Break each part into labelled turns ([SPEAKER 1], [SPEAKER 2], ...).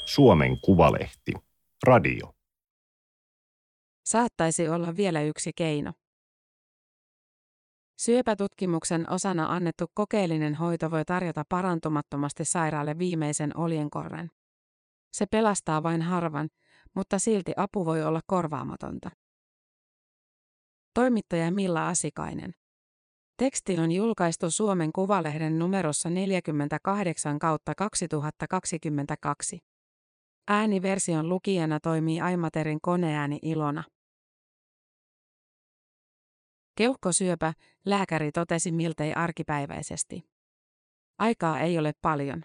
[SPEAKER 1] Suomen Kuvalehti. Radio.
[SPEAKER 2] Saattaisi olla vielä yksi keino. Syöpätutkimuksen osana annettu kokeellinen hoito voi tarjota parantumattomasti sairaalle viimeisen oljenkorren. Se pelastaa vain harvan, mutta silti apu voi olla korvaamatonta. Toimittaja Milla Asikainen. Teksti on julkaistu Suomen Kuvalehden numerossa 48/2022. Ääniversion lukijana toimii Aimaterin koneääni Ilona. Keuhkosyöpä, lääkäri totesi miltei arkipäiväisesti. Aikaa ei ole paljon.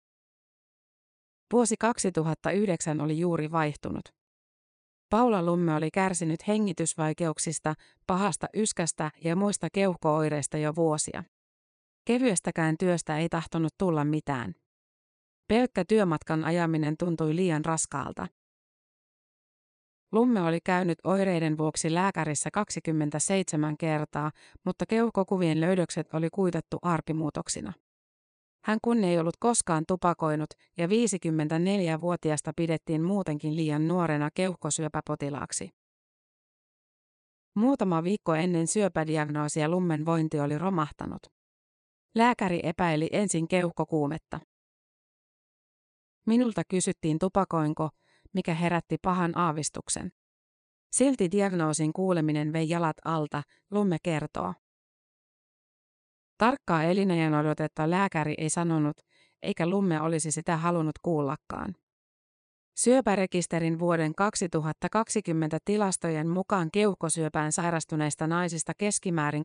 [SPEAKER 2] Vuosi 2009 oli juuri vaihtunut. Paula Lumme oli kärsinyt hengitysvaikeuksista, pahasta yskästä ja muista keuhko-oireista jo vuosia. Kevyestäkään työstä ei tahtonut tulla mitään. Pelkkä työmatkan ajaminen tuntui liian raskaalta. Lumme oli käynyt oireiden vuoksi lääkärissä 27 kertaa, mutta keuhkokuvien löydökset oli kuitattu arpimuutoksina. Hän kun ei ollut koskaan tupakoinut ja 54-vuotiaasta pidettiin muutenkin liian nuorena keuhkosyöpäpotilaaksi. Muutama viikko ennen syöpädiagnoosia Lummen vointi oli romahtanut. Lääkäri epäili ensin keuhkokuumetta. Minulta kysyttiin tupakoinko, mikä herätti pahan aavistuksen. Silti diagnoosin kuuleminen vei jalat alta, Lumme kertoo. Tarkkaa elinajanodotetta lääkäri ei sanonut, eikä Lumme olisi sitä halunnut kuullakaan. Syöpärekisterin vuoden 2020 tilastojen mukaan keuhkosyöpään sairastuneista naisista keskimäärin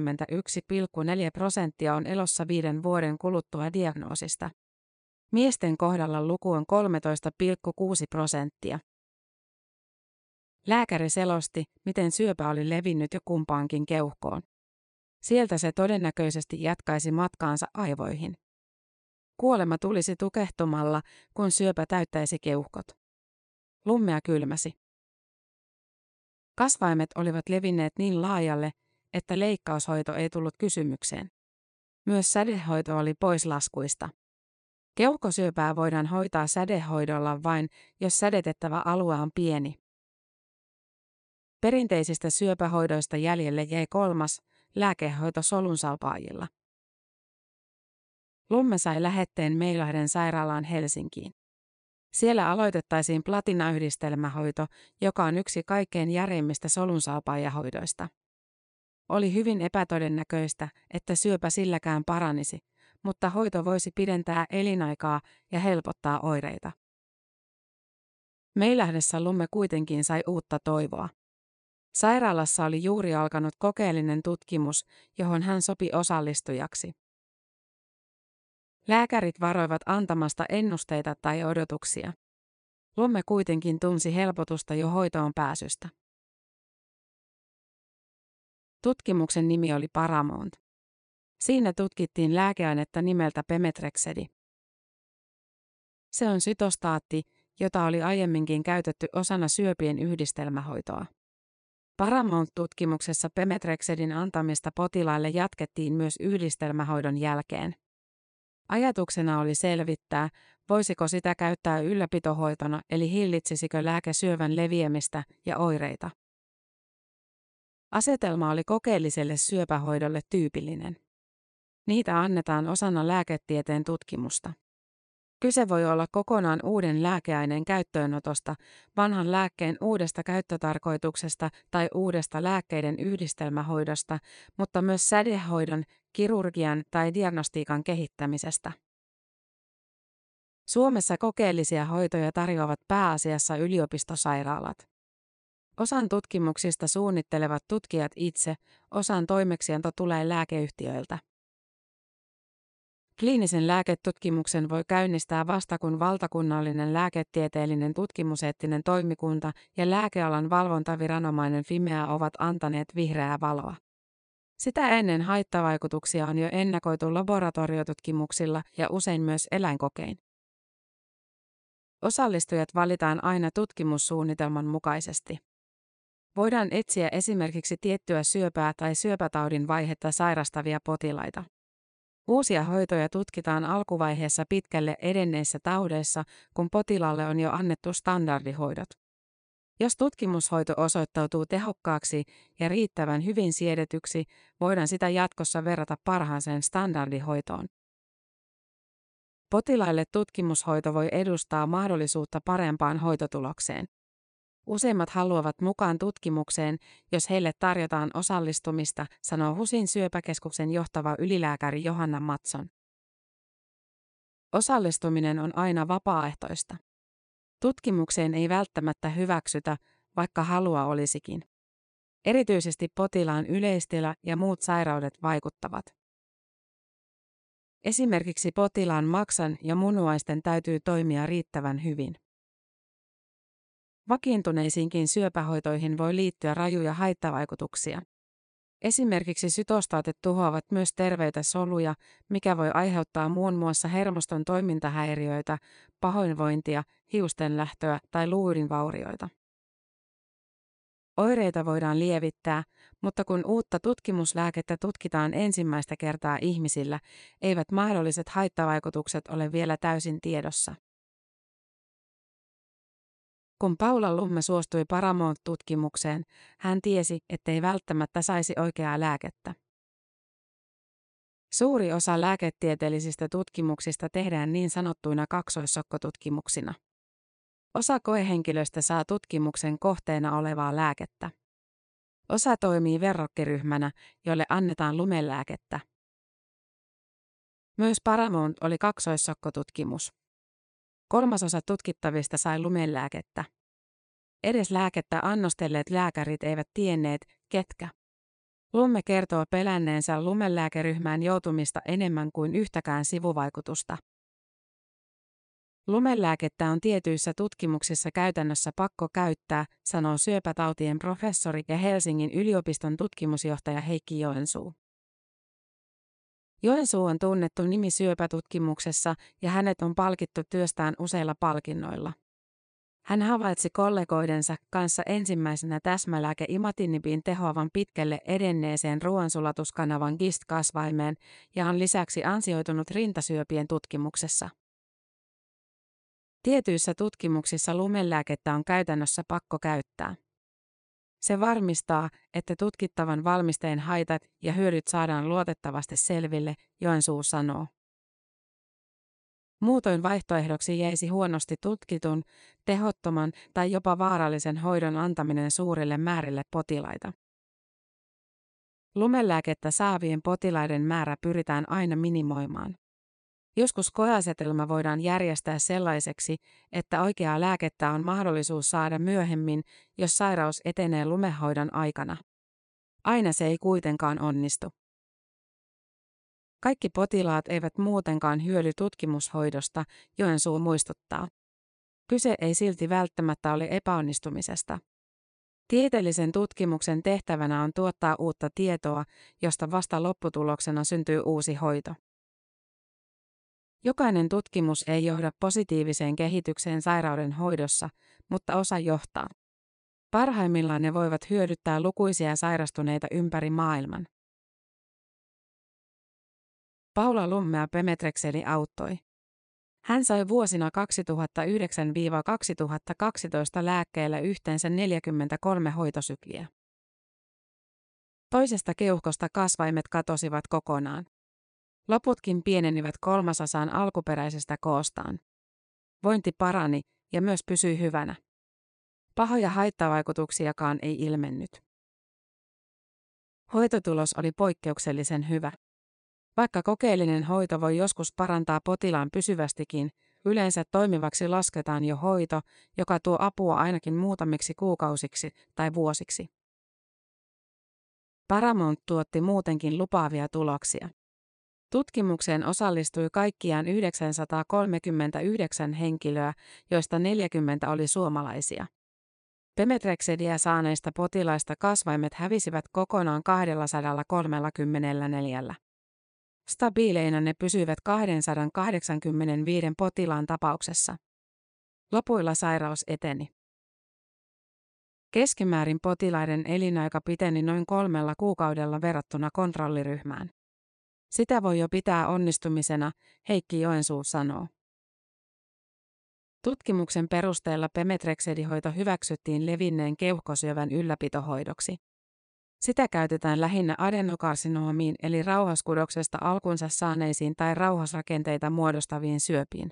[SPEAKER 2] 21,4% on elossa 5 vuoden kuluttua diagnoosista. Miesten kohdalla luku on 13,6%. Lääkäri selosti, miten syöpä oli levinnyt jo kumpaankin keuhkoon. Sieltä se todennäköisesti jatkaisi matkaansa aivoihin. Kuolema tulisi tukehtumalla, kun syöpä täyttäisi keuhkot. Lummea kylmäsi. Kasvaimet olivat levinneet niin laajalle, että leikkaushoito ei tullut kysymykseen. Myös sädehoito oli pois laskuista. Keuhkosyöpää voidaan hoitaa sädehoidolla vain, jos sädetettävä alue on pieni. Perinteisistä syöpähoidoista jäljelle jäi 3. lääkehoito solunsalpaajilla. Lumme sai lähetteen Meilahden sairaalaan Helsinkiin. Siellä aloitettaisiin platinayhdistelmähoito, joka on yksi kaikkein järeimmistä solunsalpaajahoidoista. Oli hyvin epätodennäköistä, että syöpä silläkään paranisi, mutta hoito voisi pidentää elinaikaa ja helpottaa oireita. Meilahdessa Lumme kuitenkin sai uutta toivoa. Sairaalassa oli juuri alkanut kokeellinen tutkimus, johon hän sopi osallistujaksi. Lääkärit varoivat antamasta ennusteita tai odotuksia. Lumme kuitenkin tunsi helpotusta jo hoitoon pääsystä. Tutkimuksen nimi oli Paramount. Siinä tutkittiin lääkeainetta nimeltä Pemetrexedi. Se on sytostaatti, jota oli aiemminkin käytetty osana syöpien yhdistelmähoitoa. Paramount-tutkimuksessa Pemetrexedin antamista potilaille jatkettiin myös yhdistelmähoidon jälkeen. Ajatuksena oli selvittää, voisiko sitä käyttää ylläpitohoitona eli hillitsisikö lääke syövän leviämistä ja oireita. Asetelma oli kokeelliselle syöpähoidolle tyypillinen. Niitä annetaan osana lääketieteen tutkimusta. Kyse voi olla kokonaan uuden lääkeaineen käyttöönotosta, vanhan lääkkeen uudesta käyttötarkoituksesta tai uudesta lääkkeiden yhdistelmähoidosta, mutta myös sädehoidon, kirurgian tai diagnostiikan kehittämisestä. Suomessa kokeellisia hoitoja tarjoavat pääasiassa yliopistosairaalat. Osan tutkimuksista suunnittelevat tutkijat itse, osan toimeksianto tulee lääkeyhtiöiltä. Kliinisen lääketutkimuksen voi käynnistää vasta kun valtakunnallinen lääketieteellinen tutkimuseettinen toimikunta ja lääkealan valvontaviranomainen Fimea ovat antaneet vihreää valoa. Sitä ennen haittavaikutuksia on jo ennakoitu laboratoriotutkimuksilla ja usein myös eläinkokein. Osallistujat valitaan aina tutkimussuunnitelman mukaisesti. Voidaan etsiä esimerkiksi tiettyä syöpää tai syöpätaudin vaihetta sairastavia potilaita. Uusia hoitoja tutkitaan alkuvaiheessa pitkälle edenneissä taudeissa, kun potilaalle on jo annettu standardihoidot. Jos tutkimushoito osoittautuu tehokkaaksi ja riittävän hyvin siedetyksi, voidaan sitä jatkossa verrata parhaaseen standardihoitoon. Potilaille tutkimushoito voi edustaa mahdollisuutta parempaan hoitotulokseen. Useimmat haluavat mukaan tutkimukseen, jos heille tarjotaan osallistumista, sanoo HUSin syöpäkeskuksen johtava ylilääkäri Johanna Mattsson. Osallistuminen on aina vapaaehtoista. Tutkimukseen ei välttämättä hyväksytä, vaikka halua olisikin. Erityisesti potilaan yleistila ja muut sairaudet vaikuttavat. Esimerkiksi potilaan maksan ja munuaisten täytyy toimia riittävän hyvin. Vakiintuneisiinkin syöpähoitoihin voi liittyä rajuja haittavaikutuksia. Esimerkiksi sytostaatit tuhoavat myös terveitä soluja, mikä voi aiheuttaa muun muassa hermoston toimintahäiriöitä, pahoinvointia, hiusten lähtöä tai luuydinvaurioita. Oireita voidaan lievittää, mutta kun uutta tutkimuslääkettä tutkitaan ensimmäistä kertaa ihmisillä, eivät mahdolliset haittavaikutukset ole vielä täysin tiedossa. Kun Paula Lumme suostui Paramount-tutkimukseen, hän tiesi, ettei välttämättä saisi oikeaa lääkettä. Suuri osa lääketieteellisistä tutkimuksista tehdään niin sanottuina kaksoissokkotutkimuksina. Osa koehenkilöistä saa tutkimuksen kohteena olevaa lääkettä. Osa toimii verrokkiryhmänä, jolle annetaan lumelääkettä. Myös Paramount oli kaksoissokkotutkimus. 1/3 tutkittavista sai lumelääkettä. Edes lääkettä annostelleet lääkärit eivät tienneet, ketkä. Lumme kertoo pelänneensä lumelääkeryhmään joutumista enemmän kuin yhtäkään sivuvaikutusta. Lumelääkettä on tietyissä tutkimuksissa käytännössä pakko käyttää, sanoo syöpätautien professori ja Helsingin yliopiston tutkimusjohtaja Heikki Joensuu. Joensuu on tunnettu nimi syöpätutkimuksessa ja hänet on palkittu työstään useilla palkinnoilla. Hän havaitsi kollegoidensa kanssa ensimmäisenä täsmälääke imatinibin tehoavan pitkälle edenneeseen ruoansulatuskanavan GIST-kasvaimeen ja on lisäksi ansioitunut rintasyöpien tutkimuksessa. Tietyissä tutkimuksissa lumelääkettä on käytännössä pakko käyttää. Se varmistaa, että tutkittavan valmisteen haitat ja hyödyt saadaan luotettavasti selville, Joensuu sanoo. Muutoin vaihtoehdoksi jäisi huonosti tutkitun, tehottoman tai jopa vaarallisen hoidon antaminen suurille määrille potilaita. Lumelääkettä saavien potilaiden määrä pyritään aina minimoimaan. Joskus koeasetelma voidaan järjestää sellaiseksi, että oikeaa lääkettä on mahdollisuus saada myöhemmin, jos sairaus etenee lumehoidon aikana. Aina se ei kuitenkaan onnistu. Kaikki potilaat eivät muutenkaan hyödy tutkimushoidosta, Joensuu muistuttaa. Kyse ei silti välttämättä ole epäonnistumisesta. Tieteellisen tutkimuksen tehtävänä on tuottaa uutta tietoa, josta vasta lopputuloksena syntyy uusi hoito. Jokainen tutkimus ei johda positiiviseen kehitykseen sairauden hoidossa, mutta osa johtaa. Parhaimmillaan ne voivat hyödyttää lukuisia sairastuneita ympäri maailman. Paula Lummea Pemetrexedi auttoi. Hän sai vuosina 2009–2012 lääkkeellä yhteensä 43 hoitosykliä. Toisesta keuhkosta kasvaimet katosivat kokonaan. Loputkin pienenivät 1/3 alkuperäisestä koostaan. Vointi parani ja myös pysyi hyvänä. Pahoja haittavaikutuksiakaan ei ilmennyt. Hoitotulos oli poikkeuksellisen hyvä. Vaikka kokeellinen hoito voi joskus parantaa potilaan pysyvästikin, yleensä toimivaksi lasketaan jo hoito, joka tuo apua ainakin muutamiksi kuukausiksi tai vuosiksi. Paramount tuotti muutenkin lupaavia tuloksia. Tutkimukseen osallistui kaikkiaan 939 henkilöä, joista 40 oli suomalaisia. Pemetrexediä saaneista potilaista kasvaimet hävisivät kokonaan 234. Stabiileina ne pysyivät 285 potilaan tapauksessa. Lopuilla sairaus eteni. Keskimäärin potilaiden elinaika piteni noin 3 kuukaudella verrattuna kontrolliryhmään. Sitä voi jo pitää onnistumisena, Heikki Joensuu sanoo. Tutkimuksen perusteella pemetrexedihoito hyväksyttiin levinneen keuhkosyövän ylläpitohoidoksi. Sitä käytetään lähinnä adenokarsinoomiin eli rauhaskudoksesta alkunsa saaneisiin tai rauhasrakenteita muodostaviin syöpiin.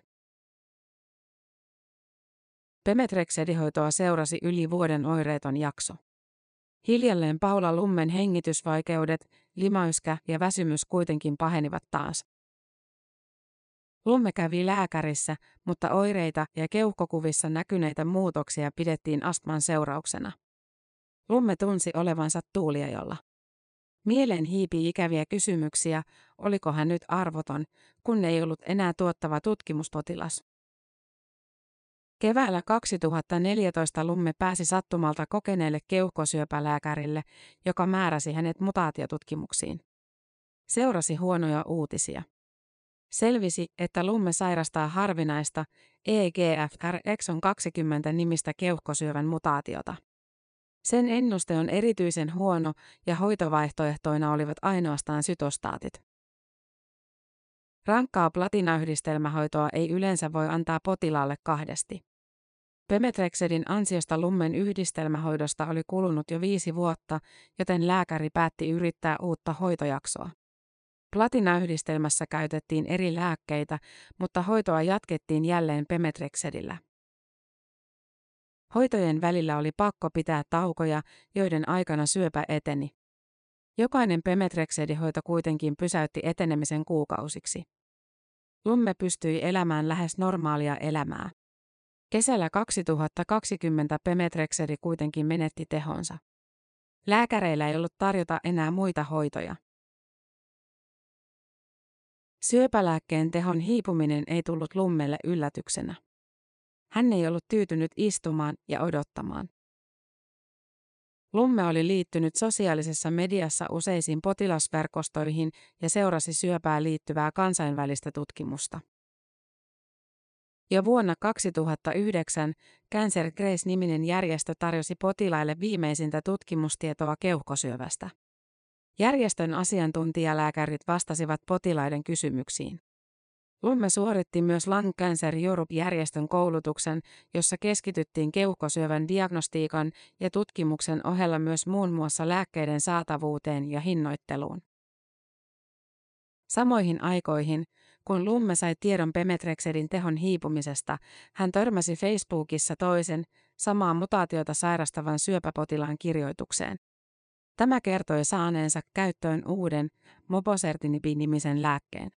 [SPEAKER 2] Pemetrexedihoitoa seurasi yli vuoden oireeton jakso. Hiljalleen Paula Lummen hengitysvaikeudet, limayskä ja väsymys kuitenkin pahenivat taas. Lumme kävi lääkärissä, mutta oireita ja keuhkokuvissa näkyneitä muutoksia pidettiin astman seurauksena. Lumme tunsi olevansa tuuliajolla. Mieleen hiipi ikäviä kysymyksiä, oliko hän nyt arvoton, kun ei ollut enää tuottava tutkimuspotilas. Keväällä 2014 Lumme pääsi sattumalta kokeneelle keuhkosyöpälääkärille, joka määräsi hänet mutaatiotutkimuksiin. Seurasi huonoja uutisia. Selvisi, että Lumme sairastaa harvinaista EGFR exon 20 nimistä keuhkosyövän mutaatiota. Sen ennuste on erityisen huono ja hoitovaihtoehtoina olivat ainoastaan sytostaatit. Rankkaa platinayhdistelmähoitoa ei yleensä voi antaa potilaalle kahdesti. Pemetrexedin ansiosta Lummen yhdistelmähoidosta oli kulunut jo 5 vuotta, joten lääkäri päätti yrittää uutta hoitojaksoa. Platinayhdistelmässä käytettiin eri lääkkeitä, mutta hoitoa jatkettiin jälleen pemetrexedillä. Hoitojen välillä oli pakko pitää taukoja, joiden aikana syöpä eteni. Jokainen pemetrexedihoito kuitenkin pysäytti etenemisen kuukausiksi. Lumme pystyi elämään lähes normaalia elämää. Kesällä 2020 pemetrexedi kuitenkin menetti tehonsa. Lääkäreillä ei ollut tarjota enää muita hoitoja. Syöpälääkkeen tehon hiipuminen ei tullut Lummelle yllätyksenä. Hän ei ollut tyytynyt istumaan ja odottamaan. Lumme oli liittynyt sosiaalisessa mediassa useisiin potilasverkostoihin ja seurasi syöpään liittyvää kansainvälistä tutkimusta. Jo vuonna 2009 Cancer Grace-niminen järjestö tarjosi potilaille viimeisintä tutkimustietoa keuhkosyövästä. Järjestön asiantuntijalääkärit vastasivat potilaiden kysymyksiin. Lumme suoritti myös Lung Cancer Europe-järjestön koulutuksen, jossa keskityttiin keuhkosyövän diagnostiikan ja tutkimuksen ohella myös muun muassa lääkkeiden saatavuuteen ja hinnoitteluun. Samoihin aikoihin, kun Lumme sai tiedon pemetrexedin tehon hiipumisesta, hän törmäsi Facebookissa toisen, samaa mutaatiota sairastavan syöpäpotilaan kirjoitukseen. Tämä kertoi saaneensa käyttöön uuden, mobocertinibin-nimisen lääkkeen.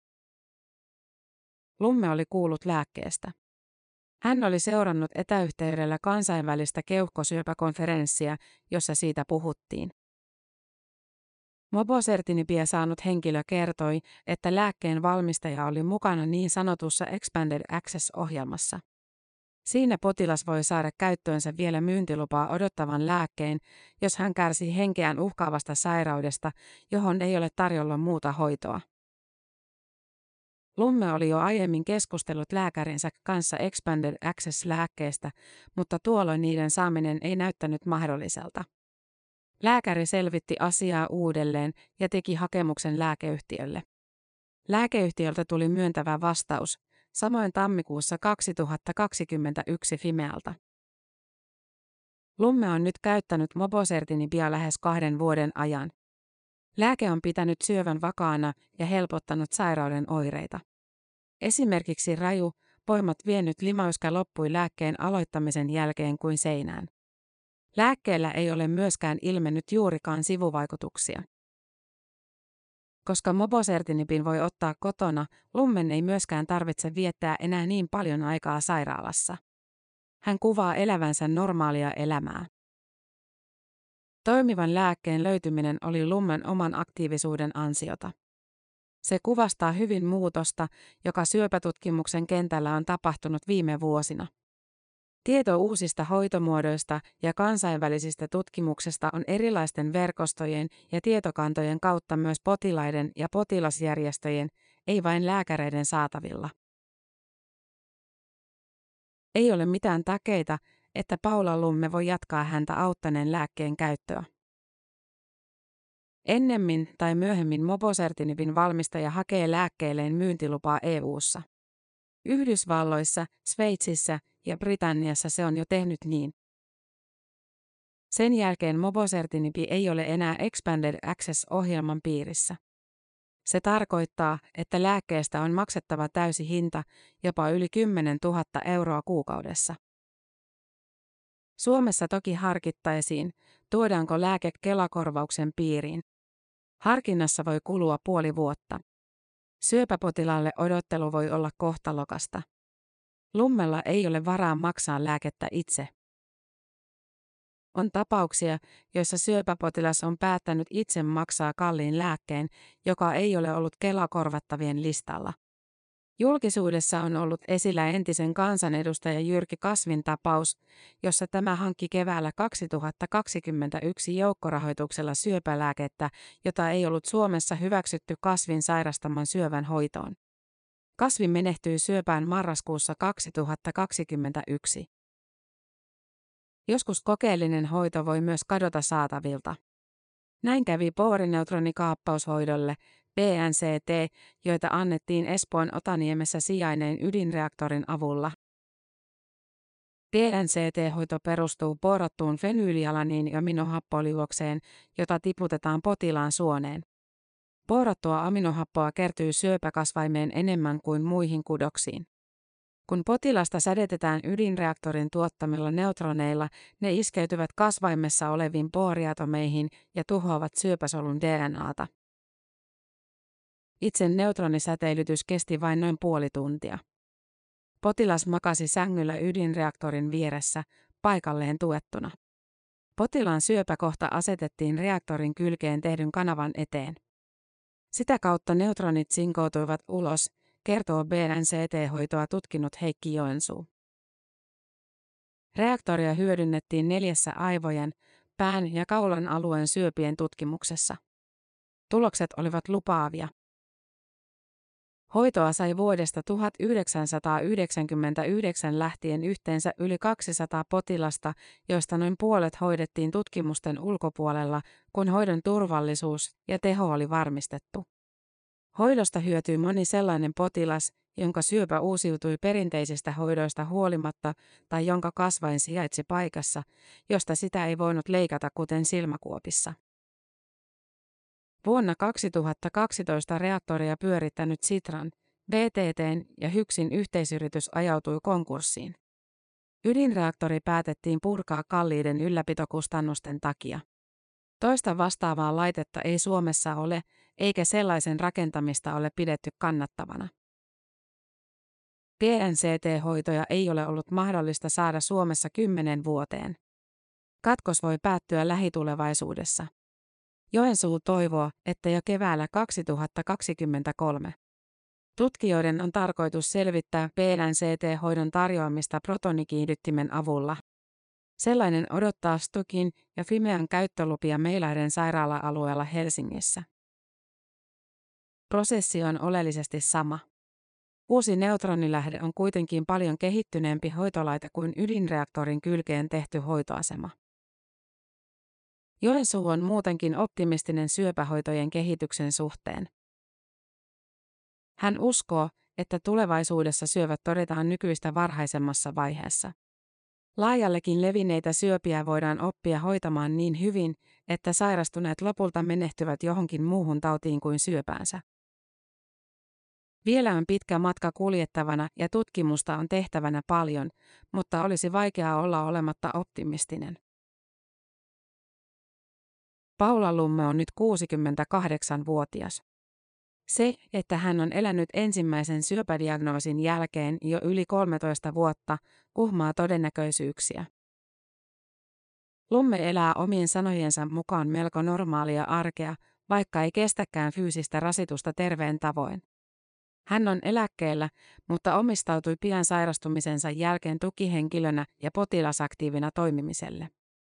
[SPEAKER 2] Lumme oli kuullut lääkkeestä. Hän oli seurannut etäyhteydellä kansainvälistä keuhkosyöpäkonferenssia, jossa siitä puhuttiin. Mobocertinibia saanut henkilö kertoi, että lääkkeen valmistaja oli mukana niin sanotussa Expanded Access-ohjelmassa. Siinä potilas voi saada käyttöönsä vielä myyntilupaa odottavan lääkkeen, jos hän kärsii henkeään uhkaavasta sairaudesta, johon ei ole tarjolla muuta hoitoa. Lumme oli jo aiemmin keskustellut lääkärinsä kanssa Expanded Access-lääkkeestä, mutta tuolloin niiden saaminen ei näyttänyt mahdolliselta. Lääkäri selvitti asiaa uudelleen ja teki hakemuksen lääkeyhtiölle. Lääkeyhtiöltä tuli myöntävä vastaus, samoin tammikuussa 2021 Fimealta. Lumme on nyt käyttänyt mobocertinibia lähes 2 vuoden ajan. Lääke on pitänyt syövän vakaana ja helpottanut sairauden oireita. Esimerkiksi raju, voimat vienyt limayskä loppui lääkkeen aloittamisen jälkeen kuin seinään. Lääkkeellä ei ole myöskään ilmennyt juurikaan sivuvaikutuksia. Koska mobocertinibin voi ottaa kotona, Lummen ei myöskään tarvitse viettää enää niin paljon aikaa sairaalassa. Hän kuvaa elävänsä normaalia elämää. Toimivan lääkkeen löytyminen oli Lummen oman aktiivisuuden ansiota. Se kuvastaa hyvin muutosta, joka syöpätutkimuksen kentällä on tapahtunut viime vuosina. Tieto uusista hoitomuodoista ja kansainvälisistä tutkimuksesta on erilaisten verkostojen ja tietokantojen kautta myös potilaiden ja potilasjärjestöjen, ei vain lääkäreiden saatavilla. Ei ole mitään takeita, että Paula Lumme voi jatkaa häntä auttaneen lääkkeen käyttöä. Ennemmin tai myöhemmin mobocertinibin valmistaja hakee lääkkeelleen myyntilupaa EU:ssa. Yhdysvalloissa, Sveitsissä ja Britanniassa se on jo tehnyt niin. Sen jälkeen mobocertinibi ei ole enää Expanded Access-ohjelman piirissä. Se tarkoittaa, että lääkkeestä on maksettava täysi hinta, jopa yli 10 000 euroa kuukaudessa. Suomessa toki harkittaisiin, tuodaanko lääke Kela-korvauksen piiriin. Harkinnassa voi kulua puoli vuotta. Syöpäpotilaalle odottelu voi olla kohtalokasta. Lummella ei ole varaa maksaa lääkettä itse. On tapauksia, joissa syöpäpotilas on päättänyt itse maksaa kalliin lääkkeen, joka ei ole ollut Kela-korvattavien listalla. Julkisuudessa on ollut esillä entisen kansanedustaja Jyrki Kasvin tapaus, jossa tämä hankki keväällä 2021 joukkorahoituksella syöpälääkettä, jota ei ollut Suomessa hyväksytty Kasvin sairastaman syövän hoitoon. Kasvi menehtyi syöpään marraskuussa 2021. Joskus kokeellinen hoito voi myös kadota saatavilta. Näin kävi boorineutronikaappauhoidolle, BNCT, joita annettiin Espoon Otaniemessä sijainneen ydinreaktorin avulla. BNCT-hoito perustuu boorattuun fenyylialaniini-aminohappoliuokseen, jota tiputetaan potilaan suoneen. Boorattua aminohappoa kertyy syöpäkasvaimeen enemmän kuin muihin kudoksiin. Kun potilasta sädetetään ydinreaktorin tuottamilla neutroneilla, ne iskeytyvät kasvaimessa oleviin booriatomeihin ja tuhoavat syöpäsolun DNAta. Itse neutronisäteilytys kesti vain noin puoli tuntia. Potilas makasi sängyllä ydinreaktorin vieressä, paikalleen tuettuna. Potilaan syöpäkohta asetettiin reaktorin kylkeen tehdyn kanavan eteen. Sitä kautta neutronit sinkoutuivat ulos, kertoo BNCT-hoitoa tutkinut Heikki Joensuu. Reaktoria hyödynnettiin 4 aivojen, pään ja kaulan alueen syöpien tutkimuksessa. Tulokset olivat lupaavia. Hoitoa sai vuodesta 1999 lähtien yhteensä yli 200 potilasta, joista noin puolet hoidettiin tutkimusten ulkopuolella, kun hoidon turvallisuus ja teho oli varmistettu. Hoidosta hyötyi moni sellainen potilas, jonka syöpä uusiutui perinteisistä hoidoista huolimatta tai jonka kasvain sijaitsi paikassa, josta sitä ei voinut leikata kuten silmäkuopissa. Vuonna 2012 reaktoria pyörittänyt Sitran, VTT:n ja HYKSin yhteisyritys ajautui konkurssiin. Ydinreaktori päätettiin purkaa kalliiden ylläpitokustannusten takia. Toista vastaavaa laitetta ei Suomessa ole, eikä sellaisen rakentamista ole pidetty kannattavana. BNCT-hoitoja ei ole ollut mahdollista saada Suomessa 10 vuoteen. Katkos voi päättyä lähitulevaisuudessa. Joensuu toivoo, että jo keväällä 2023. Tutkijoiden on tarkoitus selvittää BNCT-hoidon tarjoamista protonikiihdyttimen avulla. Sellainen odottaa Stukin ja Fimean käyttölupia Meilahden sairaala-alueella Helsingissä. Prosessi on oleellisesti sama. Uusi neutronilähde on kuitenkin paljon kehittyneempi hoitolaite kuin ydinreaktorin kylkeen tehty hoitoasema. Joensuu on muutenkin optimistinen syöpähoitojen kehityksen suhteen. Hän uskoo, että tulevaisuudessa syövät todetaan nykyistä varhaisemmassa vaiheessa. Laajallekin levinneitä syöpiä voidaan oppia hoitamaan niin hyvin, että sairastuneet lopulta menehtyvät johonkin muuhun tautiin kuin syöpäänsä. Vielä on pitkä matka kuljettavana ja tutkimusta on tehtävänä paljon, mutta olisi vaikeaa olla olematta optimistinen. Paula Lumme on nyt 68-vuotias. Se, että hän on elänyt ensimmäisen syöpädiagnoosin jälkeen jo yli 13 vuotta, uhmaa todennäköisyyksiä. Lumme elää omien sanojensa mukaan melko normaalia arkea, vaikka ei kestäkään fyysistä rasitusta terveen tavoin. Hän on eläkkeellä, mutta omistautui pian sairastumisensa jälkeen tukihenkilönä ja potilasaktiivina toimimiselle.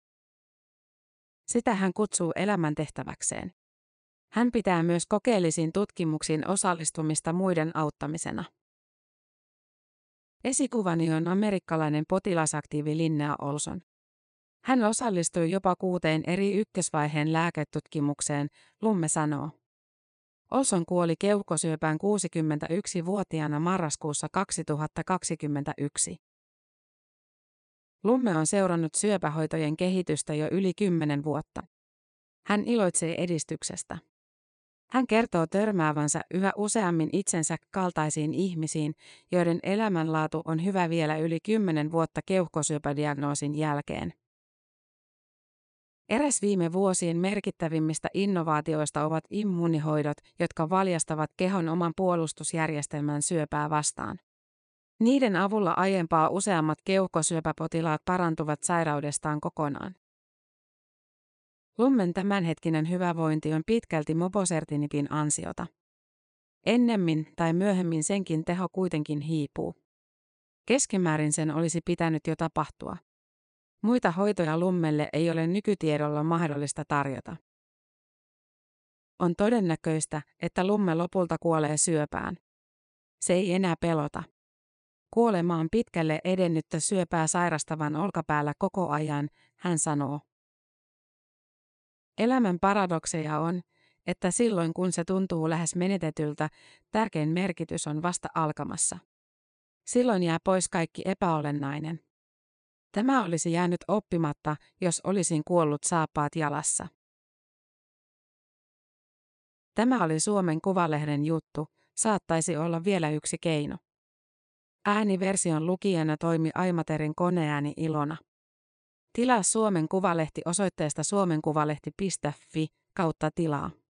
[SPEAKER 2] Sitä hän kutsuu elämäntehtäväkseen. Hän pitää myös kokeellisiin tutkimuksiin osallistumista muiden auttamisena. Esikuvani on amerikkalainen potilasaktiivi Linnea Olson. Hän osallistui jopa 6 eri ykkösvaiheen lääketutkimukseen, Lumme sanoo. Olson kuoli keuhkosyöpään 61-vuotiaana marraskuussa 2021. Lumme on seurannut syöpähoitojen kehitystä jo yli 10 vuotta. Hän iloitsee edistyksestä. Hän kertoo törmäävänsä yhä useammin itsensä kaltaisiin ihmisiin, joiden elämänlaatu on hyvä vielä yli 10 vuotta keuhkosyöpädiagnoosin jälkeen. Eräs viime vuosien merkittävimmistä innovaatioista ovat immuunihoidot, jotka valjastavat kehon oman puolustusjärjestelmän syöpää vastaan. Niiden avulla aiempaa useammat keuhkosyöpäpotilaat parantuvat sairaudestaan kokonaan. Lummen tämänhetkinen hyvävointi on pitkälti mobosertinibin ansiota. Ennemmin tai myöhemmin senkin teho kuitenkin hiipuu. Keskimäärin sen olisi pitänyt jo tapahtua. Muita hoitoja Lummelle ei ole nykytiedolla mahdollista tarjota. On todennäköistä, että Lumme lopulta kuolee syöpään. Se ei enää pelota. Kuolema on pitkälle edennyttä syöpää sairastavan olkapäällä koko ajan, hän sanoo. Elämän paradokseja on, että silloin kun se tuntuu lähes menetetyltä, tärkein merkitys on vasta alkamassa. Silloin jää pois kaikki epäolennainen. Tämä olisi jäänyt oppimatta, jos olisin kuollut saappaat jalassa. Tämä oli Suomen Kuvalehden juttu, saattaisi olla vielä yksi keino. Ääniversion lukijana toimi Aimaterin koneääni Ilona. Tilaa Suomen Kuvalehti osoitteesta suomenkuvalehti.fi/tilaa.